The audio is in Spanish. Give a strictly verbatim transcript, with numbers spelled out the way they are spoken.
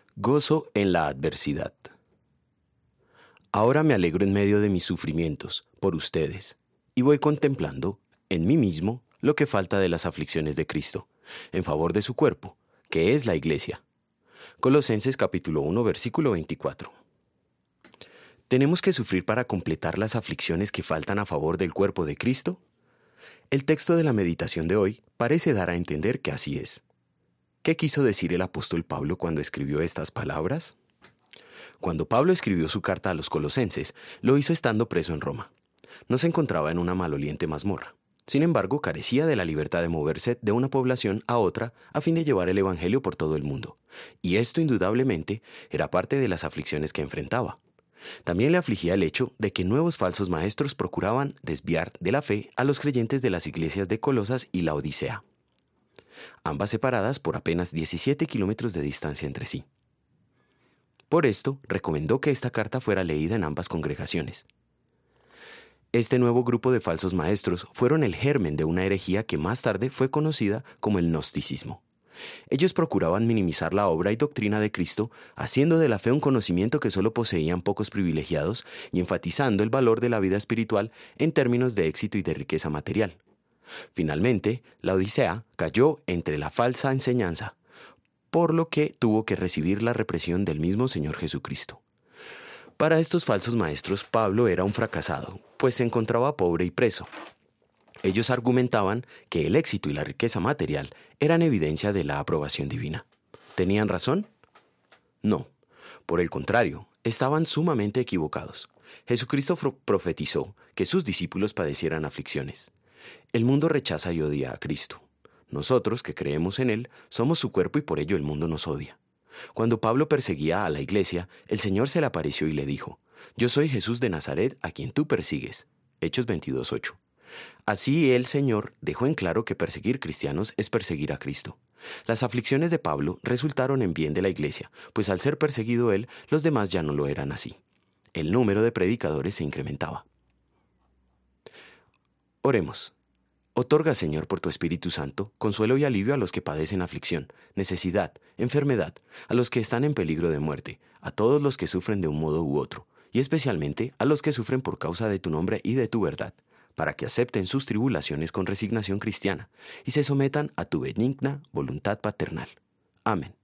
Gozo en la adversidad. Ahora me alegro en medio de mis sufrimientos, por ustedes, y voy contemplando, en mí mismo, lo que falta de las aflicciones de Cristo, en favor de su cuerpo, que es la Iglesia. Colosenses capítulo uno, versículo veinticuatro. ¿Tenemos que sufrir para completar las aflicciones que faltan a favor del cuerpo de Cristo? El texto de la meditación de hoy parece dar a entender que así es. ¿Qué quiso decir el apóstol Pablo cuando escribió estas palabras? Cuando Pablo escribió su carta a los colosenses, lo hizo estando preso en Roma. No se encontraba en una maloliente mazmorra. Sin embargo, carecía de la libertad de moverse de una población a otra a fin de llevar el evangelio por todo el mundo. Y esto indudablemente era parte de las aflicciones que enfrentaba. También le afligía el hecho de que nuevos falsos maestros procuraban desviar de la fe a los creyentes de las iglesias de Colosas y la Odisea, ambas separadas por apenas diecisiete kilómetros de distancia entre sí. Por esto, recomendó que esta carta fuera leída en ambas congregaciones. Este nuevo grupo de falsos maestros fueron el germen de una herejía que más tarde fue conocida como el gnosticismo. Ellos procuraban minimizar la obra y doctrina de Cristo, haciendo de la fe un conocimiento que solo poseían pocos privilegiados y enfatizando el valor de la vida espiritual en términos de éxito y de riqueza material. Finalmente, la Odisea cayó entre la falsa enseñanza, por lo que tuvo que recibir la represión del mismo Señor Jesucristo. Para estos falsos maestros, Pablo era un fracasado, pues se encontraba pobre y preso. Ellos argumentaban que el éxito y la riqueza material eran evidencia de la aprobación divina. ¿Tenían razón? No. Por el contrario, estaban sumamente equivocados. Jesucristo profetizó que sus discípulos padecieran aflicciones. El mundo rechaza y odia a Cristo. Nosotros, que creemos en Él, somos su cuerpo y por ello el mundo nos odia. Cuando Pablo perseguía a la iglesia, el Señor se le apareció y le dijo: «Yo soy Jesús de Nazaret, a quien tú persigues». Hechos veintidós, ocho. Así el Señor dejó en claro que perseguir cristianos es perseguir a Cristo. Las aflicciones de Pablo resultaron en bien de la iglesia, pues al ser perseguido él, los demás ya no lo eran así. El número de predicadores se incrementaba. Oremos. Otorga, Señor, por tu Espíritu Santo, consuelo y alivio a los que padecen aflicción, necesidad, enfermedad, a los que están en peligro de muerte, a todos los que sufren de un modo u otro, y especialmente a los que sufren por causa de tu nombre y de tu verdad, para que acepten sus tribulaciones con resignación cristiana y se sometan a tu benigna voluntad paternal. Amén.